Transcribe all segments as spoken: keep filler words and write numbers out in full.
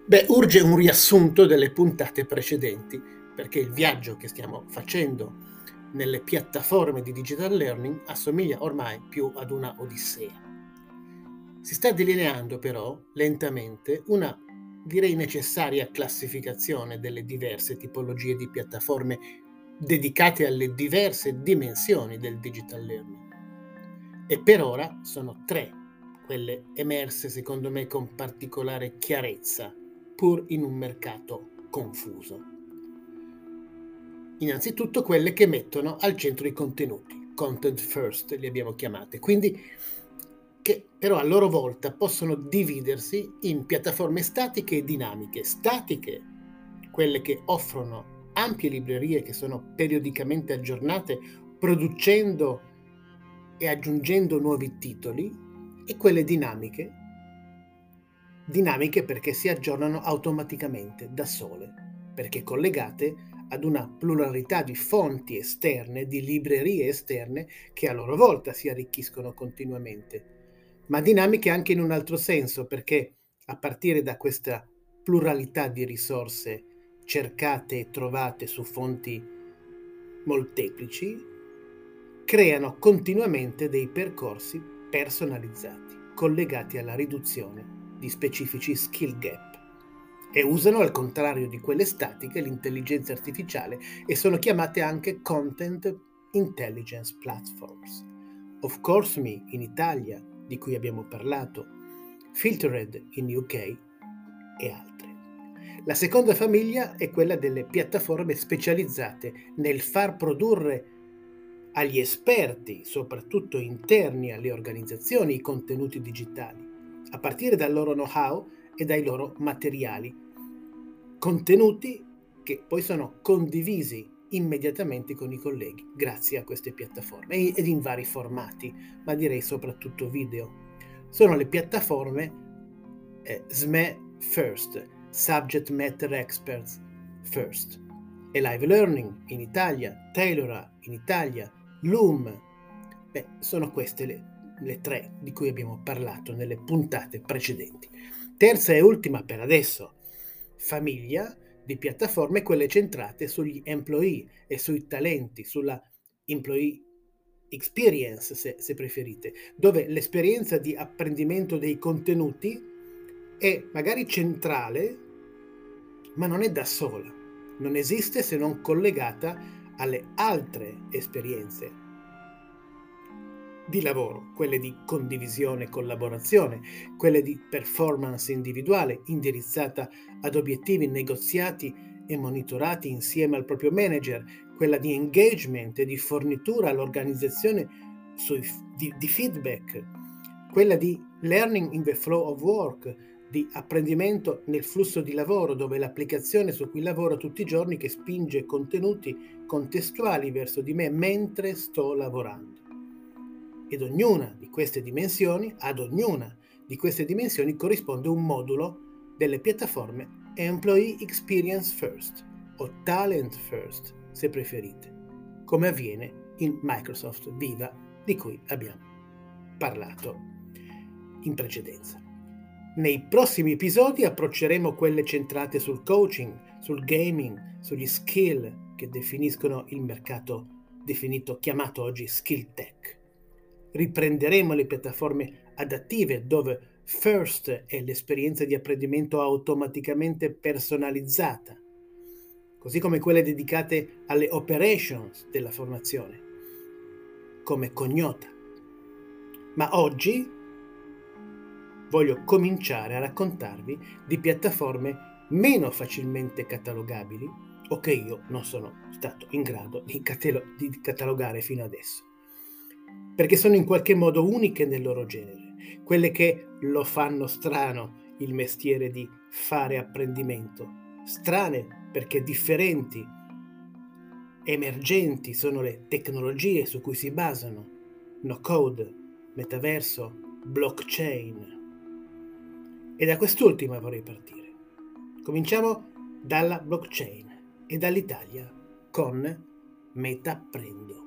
Beh, urge un riassunto delle puntate precedenti, perché il viaggio che stiamo facendo nelle piattaforme di digital learning assomiglia ormai più ad una odissea. Si sta delineando però lentamente una, direi necessaria, classificazione delle diverse tipologie di piattaforme dedicate alle diverse dimensioni del digital learning. E per ora sono tre quelle emerse secondo me con particolare chiarezza, pur in un mercato confuso. Innanzitutto quelle che mettono al centro i contenuti, content first li abbiamo chiamate, quindi che però a loro volta possono dividersi in piattaforme statiche e dinamiche. Statiche, quelle che offrono ampie librerie che sono periodicamente aggiornate, producendo e aggiungendo nuovi titoli, e quelle dinamiche, dinamiche perché si aggiornano automaticamente da sole, perché collegate ad una pluralità di fonti esterne, di librerie esterne che a loro volta si arricchiscono continuamente, ma dinamiche anche in un altro senso, perché a partire da questa pluralità di risorse cercate e trovate su fonti molteplici, creano continuamente dei percorsi personalizzati, collegati alla riduzione di specifici skill gap, e usano, al contrario di quelle statiche, l'intelligenza artificiale, e sono chiamate anche Content Intelligence Platforms. Of Course Me in Italia, di cui abbiamo parlato, Filtered in U K e altre. La seconda famiglia è quella delle piattaforme specializzate nel far produrre agli esperti, soprattutto interni alle organizzazioni, i contenuti digitali, a partire dal loro know-how e dai loro materiali. Contenuti che poi sono condivisi immediatamente con i colleghi grazie a queste piattaforme ed in vari formati, ma direi soprattutto video. Sono le piattaforme eh, S M E First, Subject Matter Experts First, e Live Learning in Italia, Tailora in Italia, Loom. Beh, sono queste le, le tre di cui abbiamo parlato nelle puntate precedenti. Terza e ultima per adesso famiglia di piattaforme, quelle centrate sugli employee e sui talenti, sulla employee experience, se, se preferite, dove l'esperienza di apprendimento dei contenuti è magari centrale, ma non è da sola, non esiste se non collegata alle altre esperienze di lavoro, quelle di condivisione e collaborazione, quelle di performance individuale indirizzata ad obiettivi negoziati e monitorati insieme al proprio manager, quella di engagement e di fornitura all'organizzazione sui, di, di feedback, quella di learning in the flow of work, di apprendimento nel flusso di lavoro, dove l'applicazione su cui lavoro tutti i giorni che spinge contenuti contestuali verso di me mentre sto lavorando. Ed ognuna di queste dimensioni, ad ognuna di queste dimensioni corrisponde un modulo delle piattaforme Employee Experience First o Talent First, se preferite, come avviene in Microsoft Viva, di cui abbiamo parlato in precedenza. Nei prossimi episodi approcceremo quelle centrate sul coaching, sul gaming, sugli skill che definiscono il mercato definito, chiamato oggi skill tech. Riprenderemo le piattaforme adattive, dove First è l'esperienza di apprendimento automaticamente personalizzata, così come quelle dedicate alle operations della formazione, come Cognota. Ma oggi voglio cominciare a raccontarvi di piattaforme meno facilmente catalogabili, o che io non sono stato in grado di, catalo- di catalogare fino adesso, perché sono in qualche modo uniche nel loro genere, quelle che lo fanno strano il mestiere di fare apprendimento. Strane perché differenti, emergenti sono le tecnologie su cui si basano: no code, metaverso, blockchain. E da quest'ultima vorrei partire. Cominciamo dalla blockchain e dall'Italia con Metaprendo.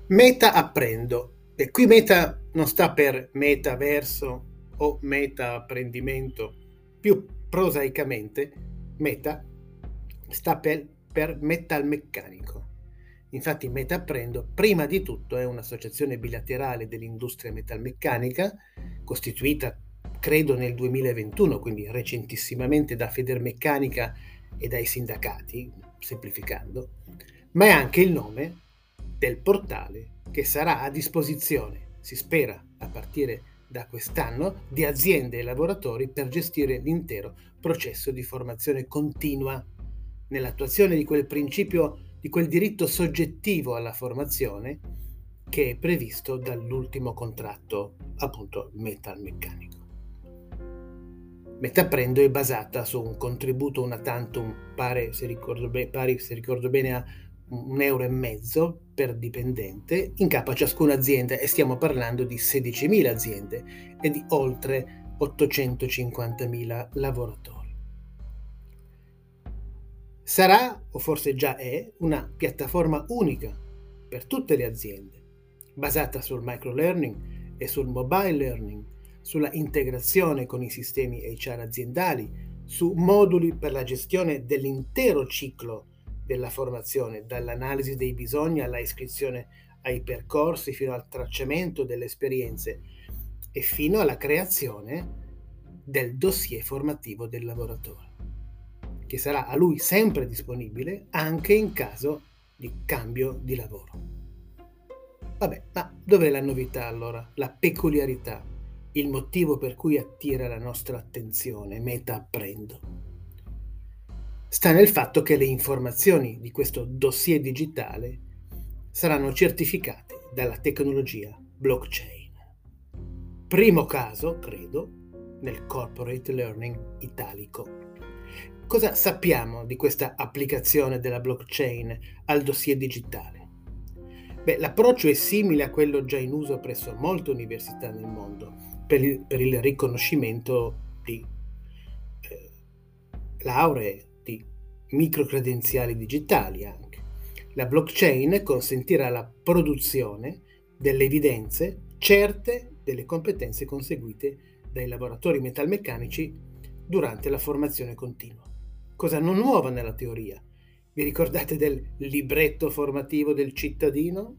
Meta apprendo. E qui meta non sta per metaverso o meta apprendimento. Più prosaicamente, meta sta per, per metalmeccanico. Infatti Meta Apprendo, prima di tutto, è un'associazione bilaterale dell'industria metalmeccanica, costituita credo nel duemilaventuno, quindi recentissimamente, da Federmeccanica e dai sindacati, semplificando, ma è anche il nome del portale che sarà a disposizione, si spera, a partire da quest'anno, di aziende e lavoratori per gestire l'intero processo di formazione continua nell'attuazione di quel principio, di quel diritto soggettivo alla formazione che è previsto dall'ultimo contratto, appunto, metalmeccanico. Metaprendo è basata su un contributo una tantum, pare, se ricordo, be- pare, se ricordo bene, a un euro e mezzo per dipendente in capo a ciascuna azienda, e stiamo parlando di sedicimila aziende e di oltre ottocentocinquantamila lavoratori. Sarà, o forse già è, una piattaforma unica per tutte le aziende, basata sul microlearning e sul mobile learning, sulla integrazione con i sistemi H R aziendali, su moduli per la gestione dell'intero ciclo della formazione, dall'analisi dei bisogni alla iscrizione ai percorsi fino al tracciamento delle esperienze e fino alla creazione del dossier formativo del lavoratore, che sarà a lui sempre disponibile anche in caso di cambio di lavoro. Vabbè, ma dov'è la novità allora? La peculiarità, il motivo per cui attira la nostra attenzione, Meta Apprendo? Sta nel fatto che le informazioni di questo dossier digitale saranno certificate dalla tecnologia blockchain. Primo caso, credo, nel corporate learning italico. Cosa sappiamo di questa applicazione della blockchain al dossier digitale? Beh, l'approccio è simile a quello già in uso presso molte università nel mondo per il, per il riconoscimento di eh, lauree, di microcredenziali digitali anche. La blockchain consentirà la produzione delle evidenze certe delle competenze conseguite dai lavoratori metalmeccanici durante la formazione continua. Cosa non nuova nella teoria. Vi ricordate del libretto formativo del cittadino?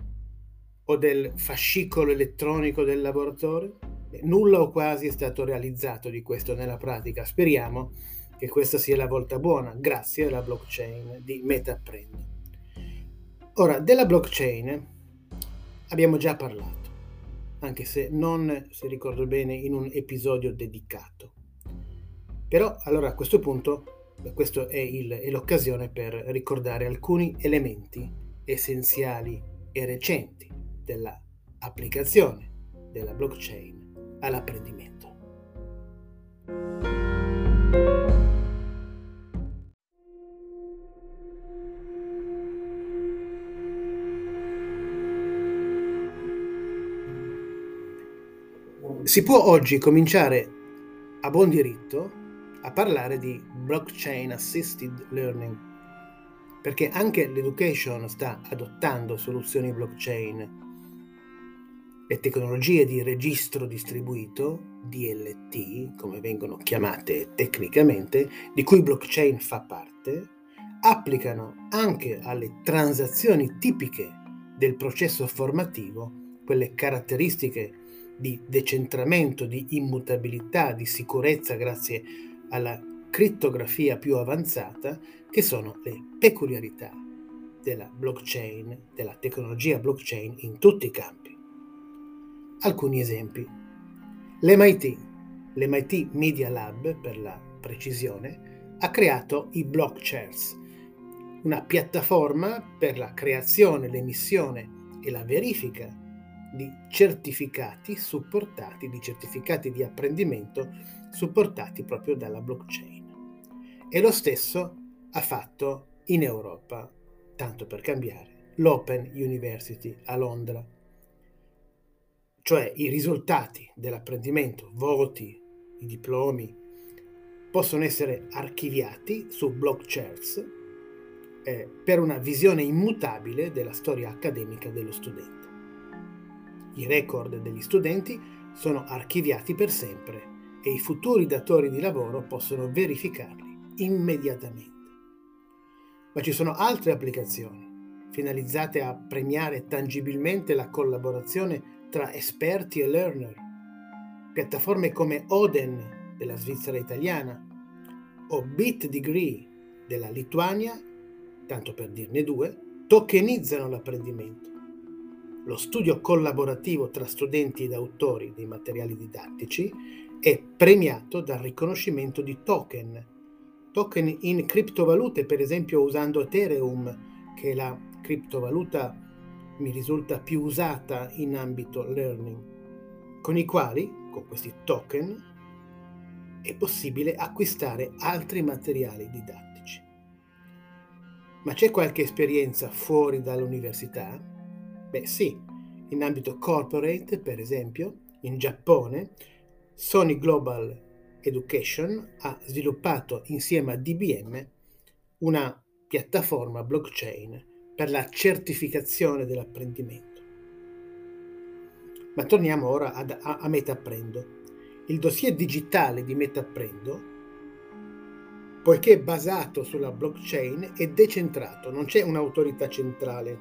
O del fascicolo elettronico del lavoratore? Beh, nulla o quasi è stato realizzato di questo nella pratica. Speriamo che questa sia la volta buona, grazie alla blockchain di Meta Apprendo. Ora, della blockchain abbiamo già parlato, anche se non, se ricordo bene, in un episodio dedicato. Però, allora, a questo punto, questa è, il, è l'occasione per ricordare alcuni elementi essenziali e recenti della applicazione della blockchain all'apprendimento. Si può oggi cominciare a buon diritto a parlare di blockchain assisted learning, perché anche l'education sta adottando soluzioni blockchain. Le tecnologie di registro distribuito, D L T, come vengono chiamate tecnicamente, di cui blockchain fa parte, applicano anche alle transazioni tipiche del processo formativo quelle caratteristiche di decentramento, di immutabilità, di sicurezza grazie alla crittografia più avanzata, che sono le peculiarità della blockchain, della tecnologia blockchain in tutti i campi. Alcuni esempi. L'M I T, l'M I T Media Lab, per la precisione, ha creato i Blockchairs, una piattaforma per la creazione, l'emissione e la verifica di certificati supportati, di certificati di apprendimento supportati proprio dalla blockchain. E lo stesso ha fatto in Europa, tanto per cambiare, l'Open University a Londra. Cioè i risultati dell'apprendimento, voti, i diplomi, possono essere archiviati su Blockchairs eh, per una visione immutabile della storia accademica dello studente. I record degli studenti sono archiviati per sempre e i futuri datori di lavoro possono verificarli immediatamente. Ma ci sono altre applicazioni finalizzate a premiare tangibilmente la collaborazione tra esperti e learner. Piattaforme come Oden della Svizzera italiana o BitDegree della Lituania, tanto per dirne due, tokenizzano l'apprendimento. Lo studio collaborativo tra studenti ed autori dei materiali didattici è premiato dal riconoscimento di token. Token in criptovalute, per esempio usando Ethereum, che è la criptovaluta mi risulta più usata in ambito learning, con i quali, con questi token, è possibile acquistare altri materiali didattici. Ma c'è qualche esperienza fuori dall'università? Beh sì, in ambito corporate, per esempio, in Giappone, Sony Global Education ha sviluppato insieme a D B M una piattaforma blockchain per la certificazione dell'apprendimento. Ma torniamo ora ad, a, a MetaApprendo. Il dossier digitale di MetaApprendo, poiché è basato sulla blockchain, è decentrato, non c'è un'autorità centrale.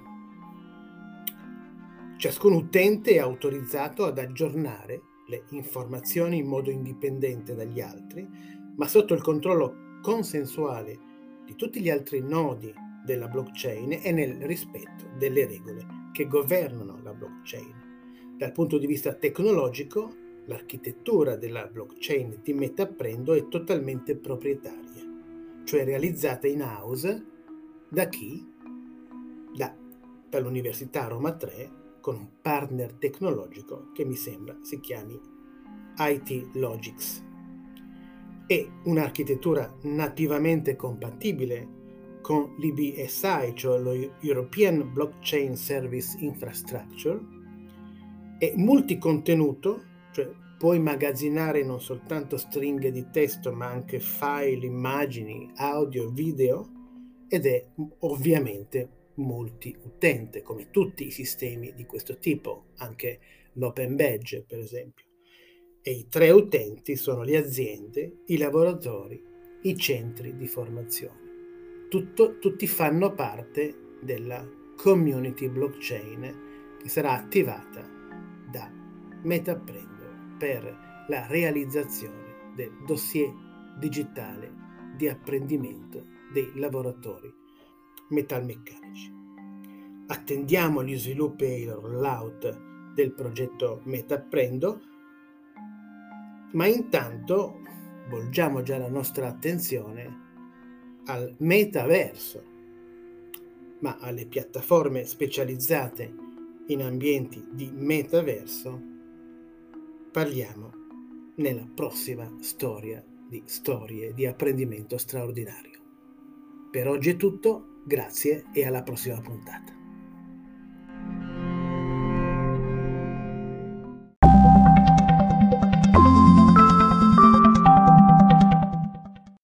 Ciascun utente è autorizzato ad aggiornare le informazioni in modo indipendente dagli altri, ma sotto il controllo consensuale di tutti gli altri nodi della blockchain e nel rispetto delle regole che governano la blockchain. Dal punto di vista tecnologico, l'architettura della blockchain di MetaApprendo è totalmente proprietaria, cioè realizzata in house da chi? Da, dall'Università Roma tre, con un partner tecnologico che mi sembra si chiami I T Logics. È un'architettura nativamente compatibile con l'E B S I, cioè lo European Blockchain Service Infrastructure, è multicontenuto, cioè puoi immagazzinare non soltanto stringhe di testo ma anche file, immagini, audio, video, ed è ovviamente multi-utente, come tutti i sistemi di questo tipo, anche l'Open Badge per esempio. E i tre utenti sono le aziende, i lavoratori, i centri di formazione. Tutto, tutti fanno parte della community blockchain che sarà attivata da MetaApprendo per la realizzazione del dossier digitale di apprendimento dei lavoratori metalmeccanici. Attendiamo gli sviluppi e il rollout del progetto MetaApprendo, ma intanto volgiamo già la nostra attenzione al metaverso, ma alle piattaforme specializzate in ambienti di metaverso parliamo nella prossima storia di storie di apprendimento straordinario. Per oggi è tutto, grazie e alla prossima puntata.